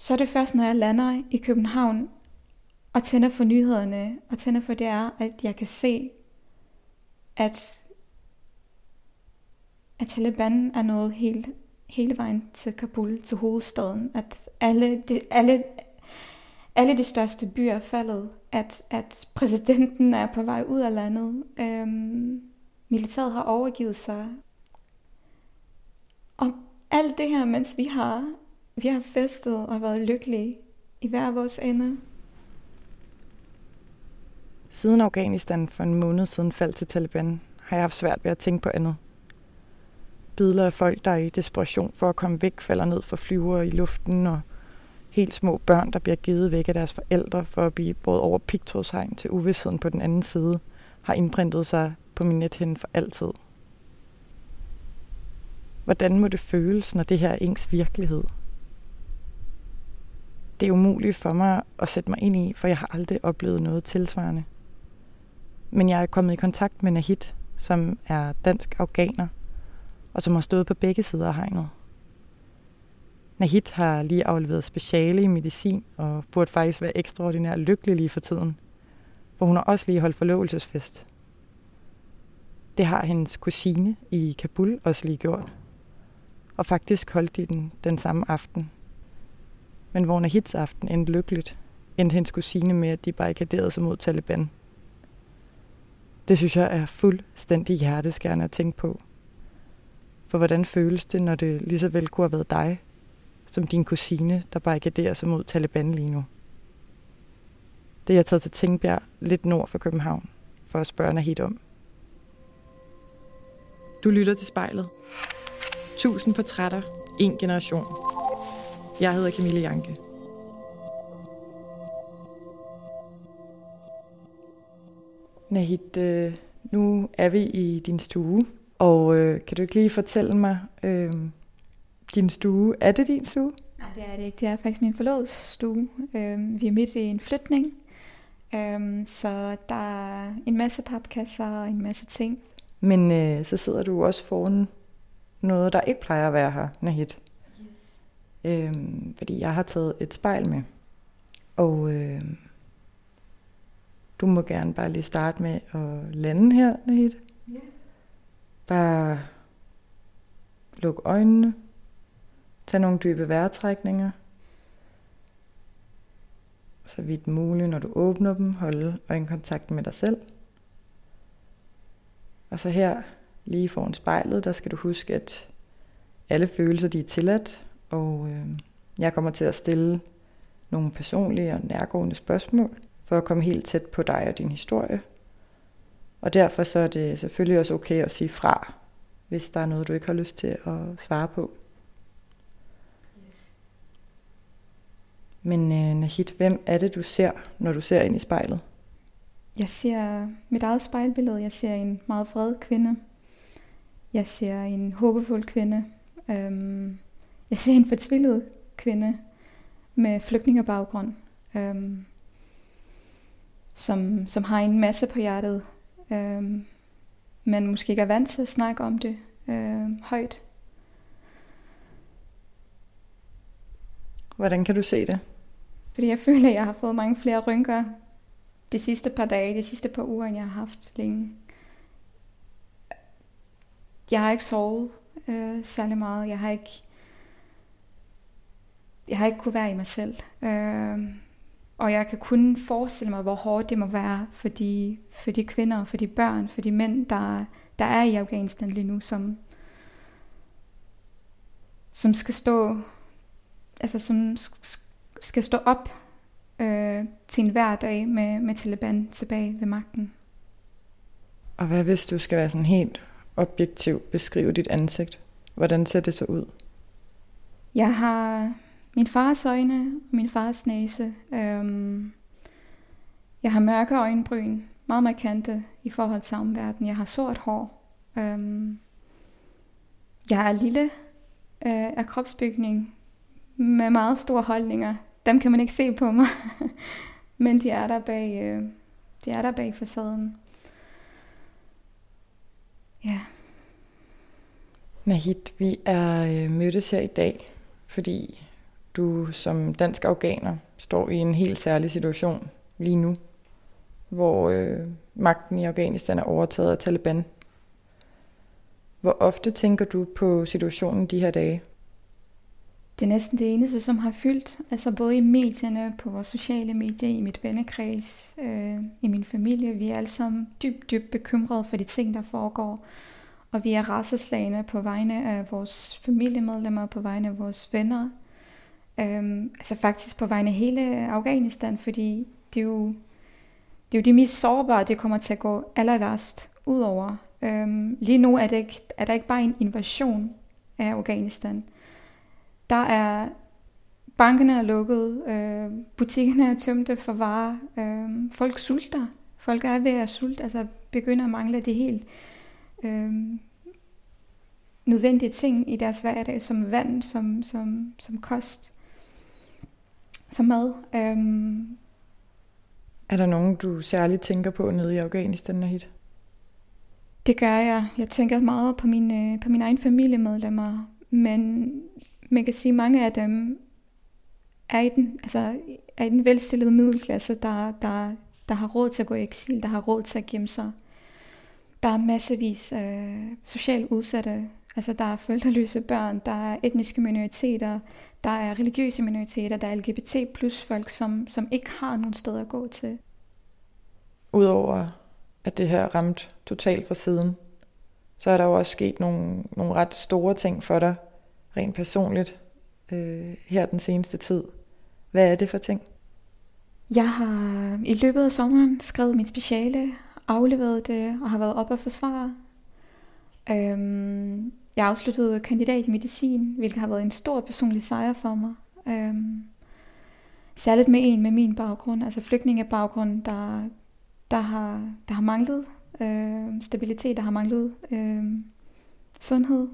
så er det først, når jeg lander i København og tænder for nyhederne, og tænder for det er, at jeg kan se, at Taliban er nået hele vejen til Kabul, til hovedstaden. At alle de største byer er faldet. At præsidenten er på vej ud af landet. Militæret har overgivet sig. Og alt det her, mens vi har festet og været lykkelige i hver vores ende. Siden Afghanistan for en måned siden faldt til Taliban, har jeg haft svært ved at tænke på andet. Billeder af folk, der er i desperation for at komme væk, falder ned fra flyver i luften, og helt små børn, der bliver givet væk af deres forældre for at blive båret over pigtrådshegn til uvidsheden på den anden side, har indprintet sig på min nethinde for altid. Hvordan må det føles, når det her er ens virkelighed? Det er umuligt for mig at sætte mig ind i, for jeg har aldrig oplevet noget tilsvarende. Men jeg er kommet i kontakt med Nahid, som er dansk afghaner, og som har stået på begge sider af hegnet. Nahid har lige afleveret speciale i medicin, og burde faktisk være ekstraordinært lykkelig lige for tiden, for hun har også lige holdt forlovelsesfest. Det har hendes kusine i Kabul også lige gjort, og faktisk holdt de den samme aften. Men hvor Nahids aften endte lykkeligt, endte hendes kusine med, at de barrikaderede sig mod Taliban. Det synes jeg er fuldstændig hjerteskærende at tænke på. For hvordan føles det, når det lige så vel kunne have været dig, som din kusine, der barrikaderer sig mod Taliban lige nu? Det er jeg taget til Tingbjerg, lidt nord for København, for at spørge Nahid om. Du lytter til Spejlet. 1000 portrætter, en generation. Jeg hedder Camille Janke. Nahid, nu er vi i din stue, og kan du ikke lige fortælle mig, din stue, er det din stue? Nej, det er det ikke. Det er faktisk min forlovelsesstue. Vi er midt i en flytning, så der er en masse papkasser og en masse ting. Men så sidder du også foran noget, der ikke plejer at være her, Nahid. Yes. Fordi jeg har taget et spejl med, og du må gerne bare lige starte med at lande her, Nahid. Yeah. Bare luk øjnene. Tag nogle dybe vejrtrækninger. Så vidt muligt, når du åbner dem, holde øjenkontakt med dig selv. Og så her, lige foran spejlet, der skal du huske, at alle følelser, de er tilladt. Og jeg kommer til at stille nogle personlige og nærgående spørgsmål, for at komme helt tæt på dig og din historie. Og derfor så er det selvfølgelig også okay at sige fra, hvis der er noget, du ikke har lyst til at svare på. Yes. Men Nahid, hvem er det, du ser, når du ser ind i spejlet? Jeg ser mit eget spejlbillede. Jeg ser en meget vred kvinde. Jeg ser en håbefuld kvinde. Jeg ser en fortvivlet kvinde med flygtningebaggrund, som har en masse på hjertet, men måske ikke er vant til at snakke om det højt. Hvordan kan du se det? Fordi jeg føler, at jeg har fået mange flere rynker de sidste par dage, de sidste par uger, end jeg har haft længe. Jeg har ikke sovet særlig meget. Jeg har ikke kunne være i mig selv. Og jeg kan kun forestille mig, hvor hårdt det må være for de kvinder, for de børn, for de mænd, der er i Afghanistan lige nu, som skal stå, altså som skal stå op til en hverdag med Taliban tilbage ved magten. Og hvad hvis du skal være sådan helt objektivt beskrive dit ansigt? Hvordan ser det så ud? Jeg har min fars øjne og min fars næse. Jeg har mørke øjenbryn, meget markante i forhold til omverdenen. Jeg har sort hår. Jeg er lille af kropsbygning med meget store holdninger. Dem kan man ikke se på mig, men de er der bag facaden. Ja. Nahid, vi er mødtes her i dag, fordi Du som dansk afghaner står i en helt særlig situation lige nu, hvor magten i Afghanistan er overtaget af Taliban. Hvor ofte tænker du på situationen de her dage? Det er næsten det eneste, som har fyldt. Altså både i medierne, på vores sociale medier, i mit vennekreds, i min familie. Vi er alle sammen dybt bekymrede for de ting, der foregår. Og vi er rædselslagne på vegne af vores familiemedlemmer, på vegne af vores venner. Altså faktisk på vegne af hele Afghanistan, fordi det er jo de mest sårbare, det kommer til at gå aller værst ud over. Lige nu er der ikke bare en invasion af Afghanistan. Der er bankerne er lukket, butikkerne er tømte for varer, folk sulter. Folk er ved at sulte, altså begynder at mangle de helt nødvendige ting i deres hverdag, som vand, som kost, som mad. Er der nogen, du særligt tænker på nede i Afghanistan, Nahid? Det gør jeg. Jeg tænker meget på mine egne familiemedlemmer, men man kan sige, at mange af dem er i den velstillede middelklasse, der har råd til at gå i eksil, der har råd til at gemme sig. Der er massevis af socialt udsatte, altså der er forældreløse børn, der er etniske minoriteter, der er religiøse minoriteter, der er LGBT plus folk, som ikke har nogen steder at gå til. Udover at det her ramt totalt fra siden, så er der jo også sket nogle ret store ting for dig, rent personligt, her den seneste tid. Hvad er det for ting? Jeg har i løbet af sommeren skrevet mit speciale, afleveret det og har været op og forsvare. Jeg afsluttede kandidat i medicin, hvilket har været en stor personlig sejr for mig. Særligt med en med min baggrund, altså flygtningebaggrund, der har manglet stabilitet, der har manglet sundhed.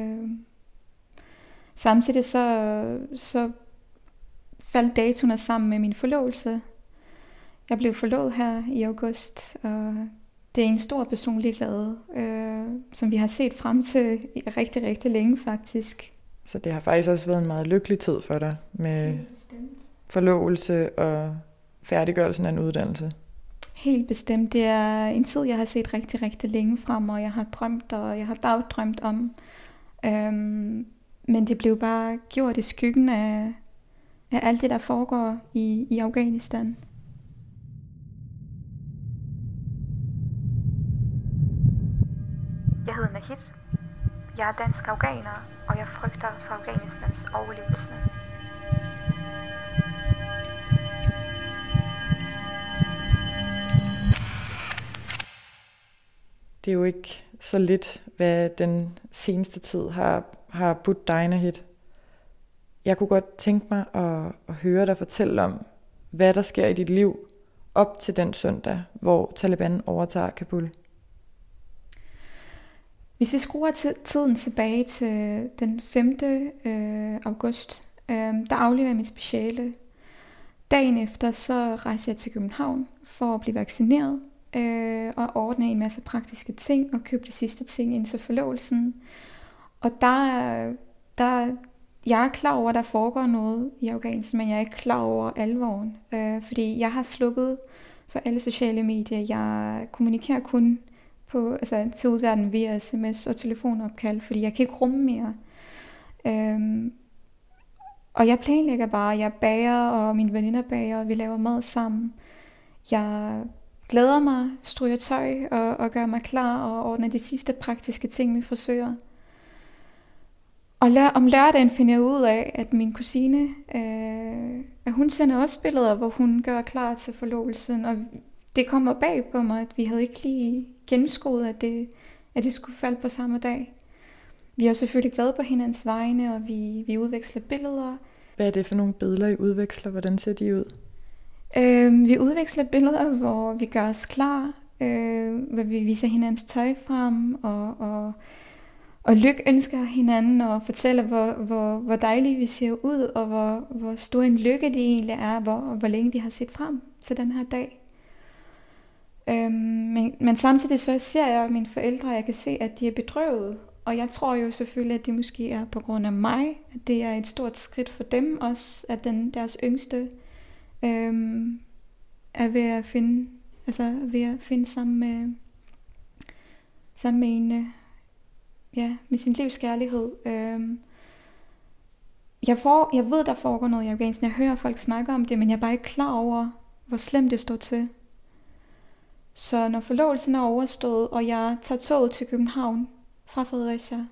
Samtidig så faldt datoerne sammen med min forlovelse. Jeg blev forlovet her i august, og det er en stor personlig glæde, som vi har set frem til rigtig, rigtig længe faktisk. Så det har faktisk også været en meget lykkelig tid for dig med forlovelse og færdiggørelsen af en uddannelse? Helt bestemt. Det er en tid, jeg har set rigtig, rigtig længe frem, og jeg har drømt, og jeg har dagdrømt om. Men det blev bare gjort i skyggen af alt det, der foregår i Afghanistan. Jeg hedder Nahid. Jeg er dansk afghaner, og jeg frygter for Afghanistans overlevelse. Det er jo ikke så lidt, hvad den seneste tid har budt dig, Nahid. Jeg kunne godt tænke mig at høre dig fortælle om, hvad der sker i dit liv op til den søndag, hvor Taliban overtager Kabul. Hvis vi skruer tiden tilbage til den 5. august, der afleverer jeg mit speciale. Dagen efter så rejser jeg til København for at blive vaccineret og ordne en masse praktiske ting og købe de sidste ting ind til forlovelsen. Og jeg er klar over, at der foregår noget i Afghanistan, men jeg er ikke klar over alvoren. Fordi jeg har slukket for alle sociale medier. Jeg kommunikerer kun til udverdenen via sms og telefonopkald, fordi jeg kan ikke rumme mere. Og jeg planlægger bare, jeg bager, og mine veninder bager, og vi laver mad sammen. Jeg glæder mig, stryger tøj og gør mig klar og ordner de sidste praktiske ting med frisører. Og om lørdagen finder jeg ud af, at min kusine, at hun sender også billeder, hvor hun gør klar til forlovelsen, og det kommer bag på mig, at vi havde ikke lige gennemskuet, at det skulle falde på samme dag. Vi er selvfølgelig glade på hinandens vegne, og vi udveksler billeder. Hvad er det for nogle billeder, I udveksler? Hvordan ser de ud? Vi udveksler billeder, hvor vi gør os klar, hvor vi viser hinandens tøj frem, og lykønsker hinanden, og fortæller, hvor dejligt vi ser ud, og hvor stor en lykke det egentlig er, hvor længe vi har set frem til den her dag. Men samtidig så ser jeg mine forældre, og jeg kan se, at de er bedrøvet Og jeg tror jo selvfølgelig, at det måske er på grund af mig, at det er et stort skridt for dem også, at deres yngste er ved at finde sammen med en, med sin livs kærlighed. Jeg ved, der foregår noget i Afghanistan. Jeg hører folk snakke om det, men jeg er bare ikke klar over, hvor slemt det står til. Så når forlovelsen er overstået, og jeg tager toget til København fra Fredericia,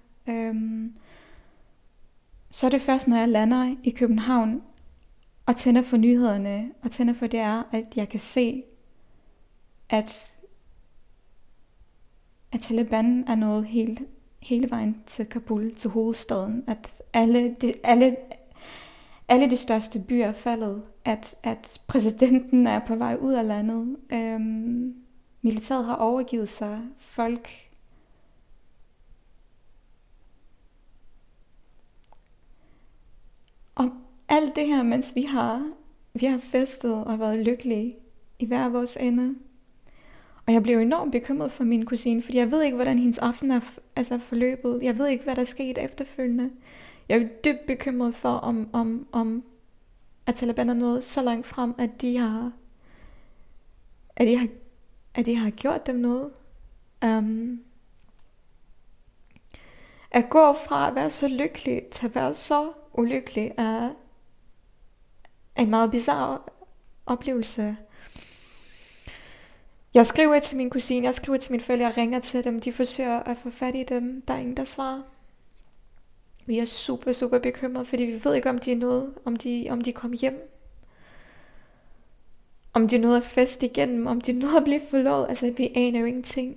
så er det først, når jeg lander i København og tænder for nyhederne, og tænder for det er, at jeg kan se, at Taliban er nået hele vejen til Kabul, til hovedstaden. At alle de største byer er faldet. At præsidenten er på vej ud af landet. Militæret har overgivet sig. Folk og alt det her, mens vi har festet og været lykkelige i hver vores ende. Og jeg blev enormt bekymret for min kusine, fordi jeg ved ikke, hvordan hendes aften er forløbet. Jeg ved ikke, hvad der er sket efterfølgende. Jeg er dybt bekymret for, om at Taliban er nået så langt frem, at de har gjort dem noget. At gå fra at være så lykkelig til at være så ulykkelig er en meget bizarre oplevelse. Jeg skriver til min kusine, jeg skriver til mine forældre, jeg ringer til dem, de forsøger at få fat i dem, der er ingen, der svarer. Vi er super, super bekymrede, fordi vi ved ikke, om de er noget, om de kom hjem. Om de nåede at feste igennem, om de nåede at blive forlovet, altså vi aner jo ingenting.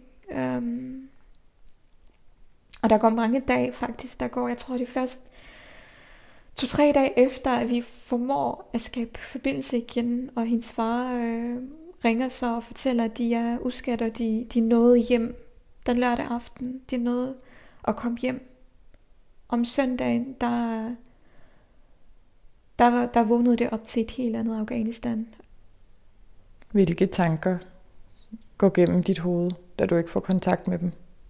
Og der går mange dage faktisk, jeg tror det er først 2-3 dage efter, at vi formår at skabe forbindelse igen, og hendes far ringer så og fortæller, at de er uskadt, og de nåede hjem den lørdag aften. De nåede at komme hjem. Om søndagen, der vågnede det op til et helt andet Afghanistan. Hvilke tanker går gennem dit hoved, da du ikke får kontakt med dem?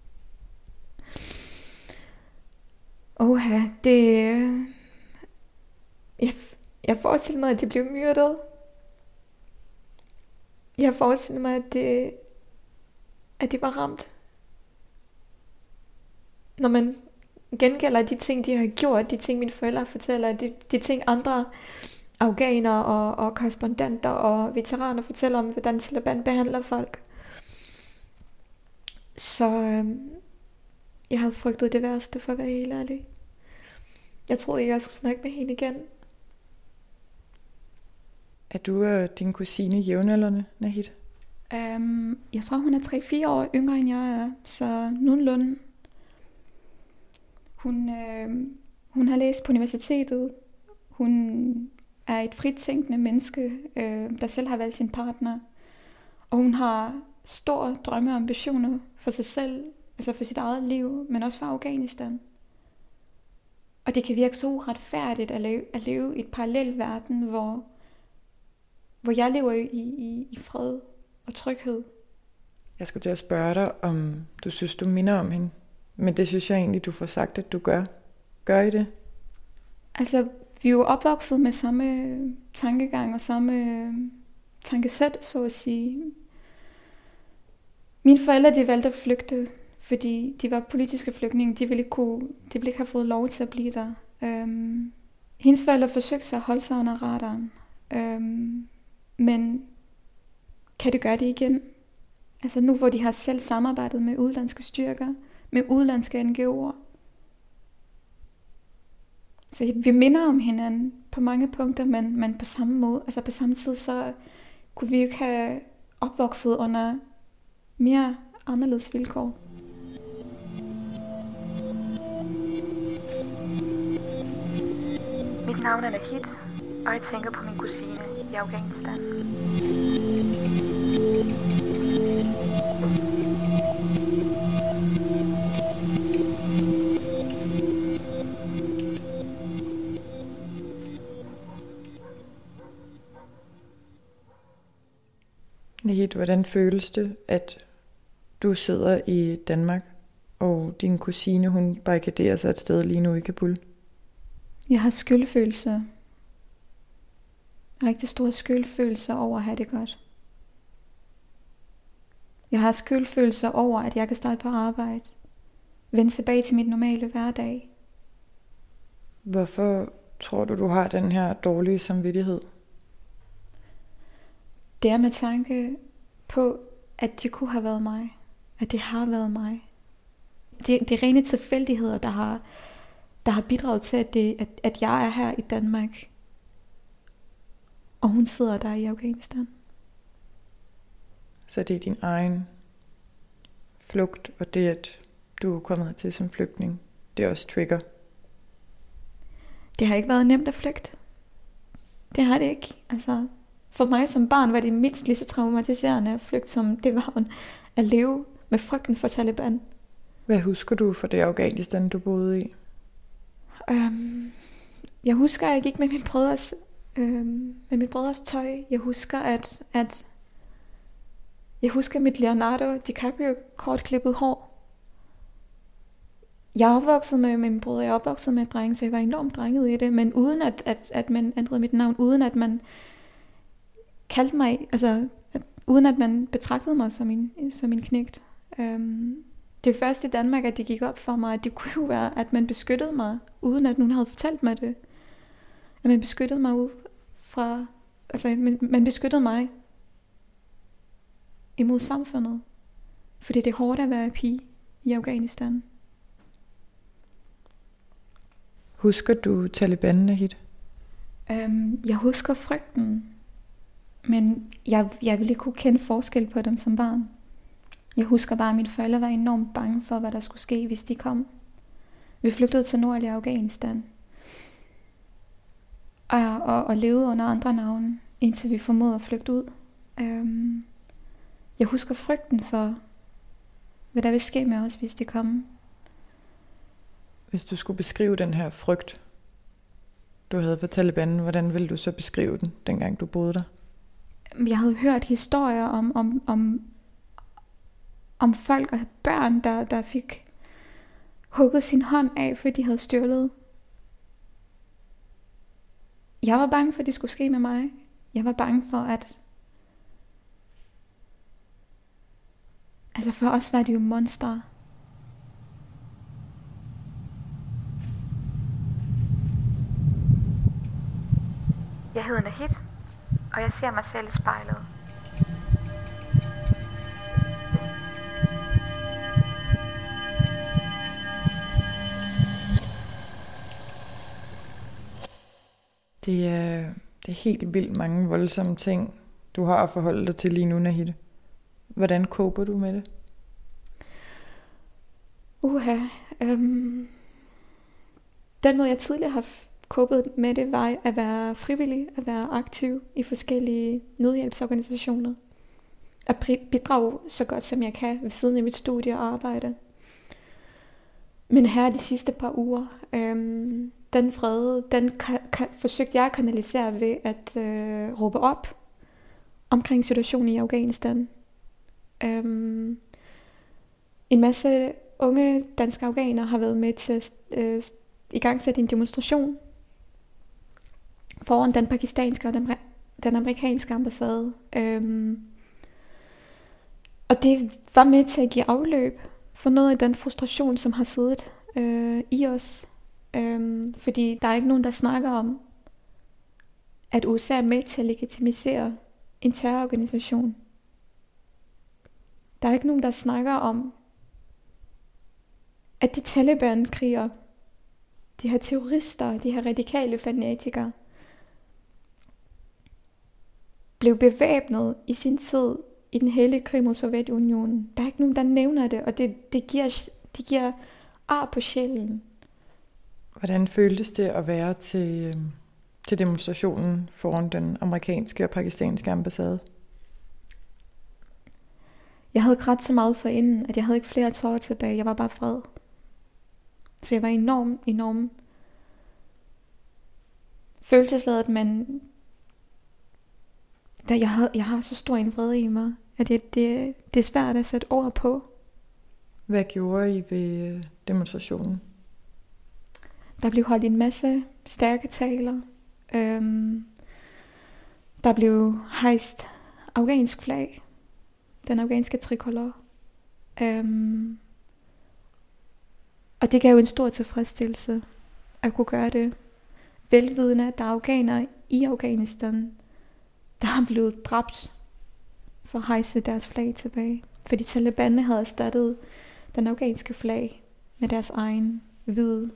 Jeg forestiller mig, at de blev myrdet. Jeg forestiller mig, at de var ramt. Når man gengælder de ting, de har gjort, de ting, mine forældre fortæller, de ting, andre afghanere og korrespondenter og veteraner fortæller om, hvordan Taliban behandler folk. Så jeg havde frygtet det værste, for at være helt ærlig. Jeg troede ikke, jeg skulle snakke med hende igen. Er du og din kusine jævnaldrende, Nahid? Jeg tror, hun er 3-4 år yngre, end jeg er, så nogenlunde. Hun har læst på universitetet. Hun er et fritænkende menneske, der selv har valgt sin partner. Og hun har store drømme og ambitioner for sig selv, altså for sit eget liv, men også for Afghanistan. Og det kan virke så uretfærdigt at leve i et parallelt verden, hvor jeg lever i fred og tryghed. Jeg skulle til at spørge dig, om du synes, du minder om hende. Men det synes jeg egentlig, du får sagt, at du gør. Gør I det? Altså, vi er jo opvokset med samme tankegang og samme tankesæt, så at sige. Mine forældre, de valgte at flygte, fordi de var politiske flygtninge. De ville ikke have fået lov til at blive der. Hendes forældre forsøgte sig at holde sig under radaren. Men kan det gøre det igen? Altså nu, hvor de har selv samarbejdet med udenlandske styrker, med udenlandske NGO'er. Så vi minder om hinanden på mange punkter, men på samme måde, altså på samme tid, så kunne vi jo ikke have opvokset under mere anderledes vilkår. Mit navn er Nahid, og jeg tænker på min kusine i Afghanistan. Nahid, hvordan føles det, at du sidder i Danmark og din kusine, hun barrikaderer sig et sted lige nu i Kabul. Jeg har skyldfølelser. Rigtig store skyldfølelser over at have det godt. Jeg har skyldfølelser over, at jeg kan starte på arbejde. Vende tilbage til mit normale hverdag. Hvorfor tror du, du har den her dårlige samvittighed? Det er med tanke på, at det kunne have været mig. At det har været mig. Det er rene tilfældigheder, der har bidraget til, at jeg er her i Danmark. Og hun sidder der i Afghanistan. Så det er din egen flugt, og det, at du er kommet hertil som flygtning, det er også trigger. Det har ikke været nemt at flygte. Det har det ikke. Altså, for mig som barn var det mindst lige så traumatiserende at flygte, som det var at leve med frygten for Taliban. Hvad husker du fra det Afghanistan, du boede i? Jeg husker, at jeg gik med min brødres tøj. Jeg husker, at jeg husker mit Leonardo DiCaprio kortklippet hår. Jeg er opvokset med min bror, jeg er opvokset med drenge, så jeg var enormt drenget i det, men uden at man ændrede mit navn, uden at man kaldte mig, altså uden at man betragtede mig som en knægt. Det er først i Danmark, at det gik op for mig, at det kunne jo være, at man beskyttede mig, uden at nogen havde fortalt mig det. At man beskyttede mig ud fra, altså man beskyttede mig imod samfundet. Fordi det er hårdt at være pige i Afghanistan. Husker du Taliban, Nahid? Jeg husker frygten, men jeg ville ikke kunne kende forskel på dem som barn. Jeg husker bare, at mine forældre var enormt bange for, hvad der skulle ske, hvis de kom. Vi flygtede til nordlige Afghanistan. Og levede under andre navne, indtil vi formåede at flygte ud. Jeg husker frygten for, hvad der ville ske med os, hvis de kom. Hvis du skulle beskrive den her frygt, du havde for Taliban, hvordan ville du så beskrive den, dengang du boede der? Jeg havde hørt historier om folk og børn, der fik hugget sin hånd af, fordi de havde stjålet. Jeg var bange for, at det skulle ske med mig. Jeg var bange for, at... Altså for os var det jo monster. Jeg hedder Nahid, og jeg ser mig selv i spejlet. Det er helt vildt mange voldsomme ting, du har at forholde dig til lige nu, Nahid. Hvordan coper du med det? Den måde, jeg tidligere har copet med det, var at være frivillig, at være aktiv i forskellige nødhjælpsorganisationer. At bidrage så godt, som jeg kan ved siden af mit studie og arbejde. Men her de sidste par uger, den vrede, forsøgte jeg at kanalisere ved at råbe op omkring situationen i Afghanistan. En masse unge danske afghanere har været med til at igangsætte en demonstration foran den pakistanske og den amerikanske ambassade. Og det var med til at give afløb for noget af den frustration, som har siddet i os. Fordi der er ikke nogen, der snakker om, at USA er med til at legitimisere en terrororganisation. Der er ikke nogen, der snakker om, at de Taliban-krigere, de her terrorister, de her radikale fanatikere, blev bevæbnet i sin tid i den hellige krig mod Sovjetunionen. Der er ikke nogen, der nævner det, og det giver ar på sjælen. Hvordan føltes det at være til demonstrationen foran den amerikanske og pakistanske ambassade? Jeg havde grædt så meget for inden, at jeg havde ikke flere tårer tilbage. Jeg var bare vred. Så jeg var enormt følelsesladet, men jeg har så stor en vrede i mig, at det er svært at sætte ord på. Hvad gjorde I ved demonstrationen? Der blev holdt en masse stærke taler. Der blev hejst afghansk flag. Den afghanske tricolor. Og det gav jo en stor tilfredsstillelse at kunne gøre det. Velvidende, at der er afghanere i Afghanistan, der er blevet dræbt for at hejse deres flag tilbage. Fordi Taliban havde erstattet den afghanske flag med deres egen hvide.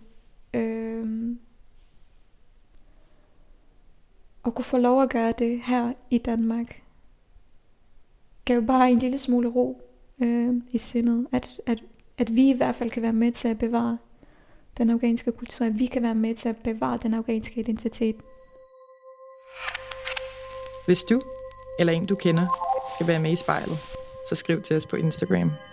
Og kunne få lov at gøre det her i Danmark, gav bare en lille smule ro i sindet. At vi i hvert fald kan være med til at bevare den afghanske kultur. At vi kan være med til at bevare den afghanske identitet. Hvis du eller en du kender skal være med i spejlet, så skriv til os på Instagram.